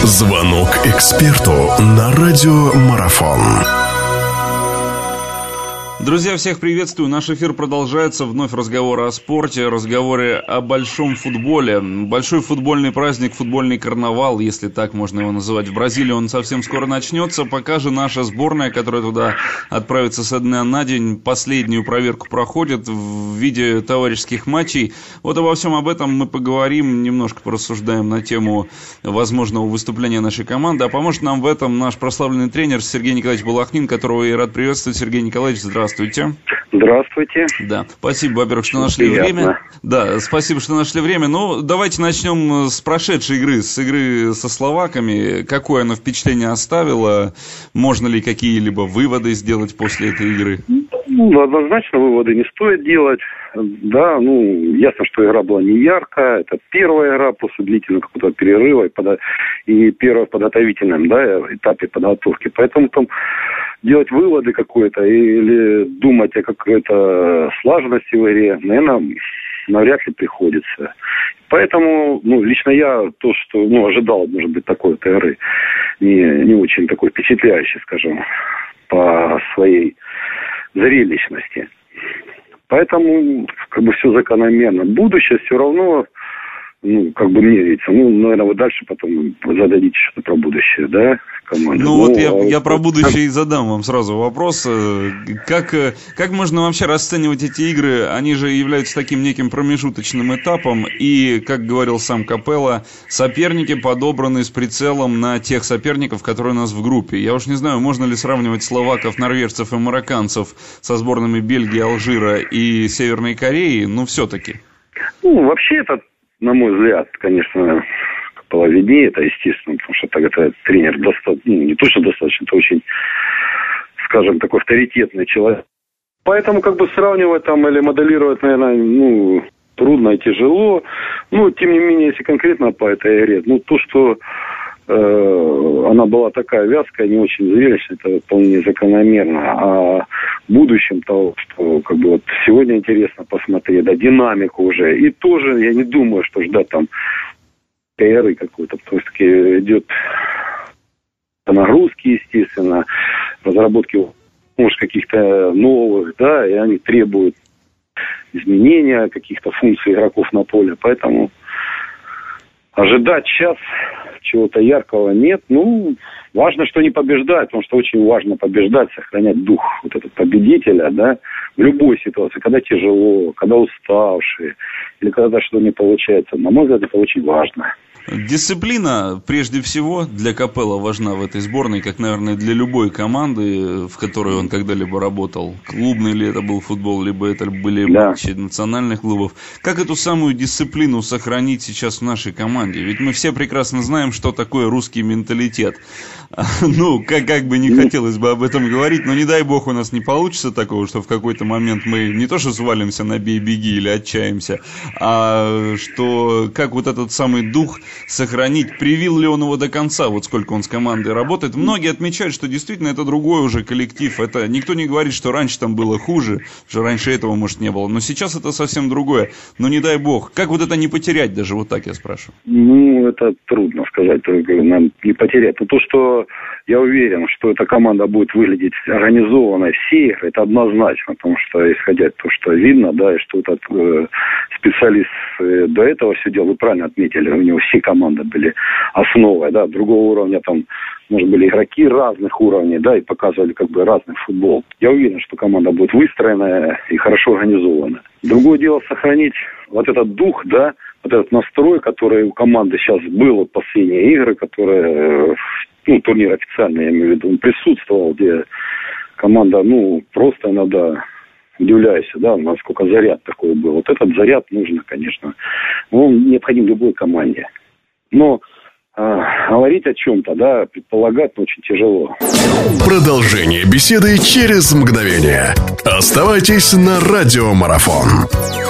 Звонок эксперту на радиомарафон. Друзья, всех приветствую. Наш эфир продолжается. Вновь разговоры о спорте, разговоры о большом футболе. Большой футбольный праздник, футбольный карнавал, если так можно его называть. В Бразилии он совсем скоро начнется. Пока же наша сборная, которая туда отправится со дня на день, последнюю проверку проходит в виде товарищеских матчей. Вот обо всем об этом мы поговорим, немножко порассуждаем на тему возможного выступления нашей команды. А поможет нам в этом наш прославленный тренер Сергей Николаевич Балахнин, которого я рад приветствовать. Сергей Николаевич, здравствуйте. Здравствуйте. Да, спасибо, во-первых, что нашли время. Да, спасибо, что нашли время. Ну, давайте начнем с прошедшей игры, с игры со словаками. Какое оно впечатление оставило? Можно ли какие-либо выводы сделать после этой игры? Ну, однозначно выводы не стоит делать. Да, ясно, что игра была не яркая. Это первая игра после длительного какого-то перерыва и первая в подготовительном, этапе подготовки. Поэтому там делать выводы какой-то или думать о какой-то слаженности в игре, наверное, навряд ли приходится. Поэтому, лично я то, что ожидал, может быть, такой-то игры, не очень такой впечатляющий, скажем, по своей зрелищности. Поэтому, все закономерно. Будущее все равно, мне видится. Наверное, вы дальше потом зададите что-то про будущее, да, команды. Я про будущее и задам вам сразу вопрос. Как можно вообще расценивать эти игры? Они же являются таким неким промежуточным этапом. И, как говорил сам Капелло, соперники подобраны с прицелом на тех соперников, которые у нас в группе. Я уж не знаю, можно ли сравнивать словаков, норвежцев и марокканцев со сборными Бельгии, Алжира и Северной Кореи, все-таки. Вообще это, на мой взгляд, конечно, Капелло виднее, это естественно, потому что это тренер не то, что достаточно, это очень, скажем, такой авторитетный человек. Поэтому сравнивать или моделировать, наверное, трудно и тяжело. Тем не менее, если конкретно по этой игре, то, что она была такая вязкая, не очень зрелищная, это вполне закономерно. А в будущем того, что сегодня интересно посмотреть, динамику уже. И тоже я не думаю, что ждать там игры какой-то, потому что идет нагрузки, естественно, разработки, может, каких-то новых, и они требуют изменения каких-то функций игроков на поле. Поэтому ожидать сейчас чего-то яркого нет. Важно, что не побеждать, потому что очень важно побеждать, сохранять дух этого победителя, в любой ситуации, когда тяжело, когда уставшие, или когда что-то не получается. На мой взгляд, это очень важно. Дисциплина, прежде всего, для Капелло важна в этой сборной, как, наверное, для любой команды, в которой он когда-либо работал. Клубный ли это был футбол, либо это были матчи национальных клубов. Как эту самую дисциплину сохранить сейчас в нашей команде? Ведь мы все прекрасно знаем, что такое русский менталитет. Как бы не хотелось бы об этом говорить, но не дай бог у нас не получится такого, что в какой-то момент мы не то что свалимся на бей-беги или отчаемся, а что как этот самый дух сохранить, привил ли он его до конца, сколько он с командой работает. Многие отмечают, что действительно это другой уже коллектив. Это никто не говорит, что раньше там было хуже, что раньше этого, может, не было. Но сейчас это совсем другое. Но не дай бог. Как это не потерять даже, так я спрашиваю? Это трудно сказать, нам не потерять. Но то, что я уверен, что эта команда будет выглядеть организованной все игры, это однозначно, потому что, исходя из того, что видно, и что этот специалист до этого все делал, вы правильно отметили, у него все команды были основой, другого уровня, там, может, были игроки разных уровней, и показывали разный футбол. Я уверен, что команда будет выстроенная и хорошо организована. Другое дело сохранить этот дух, этот настрой, который у команды сейчас был в последние игры, которые, турнир официальный, я имею в виду, он присутствовал, где команда, просто иногда удивляюсь, насколько заряд такой был. Этот заряд нужно, конечно. Он необходим любой команде. Но говорить о чем-то, предполагать очень тяжело. Продолжение беседы через мгновение. Оставайтесь на радиомарафон.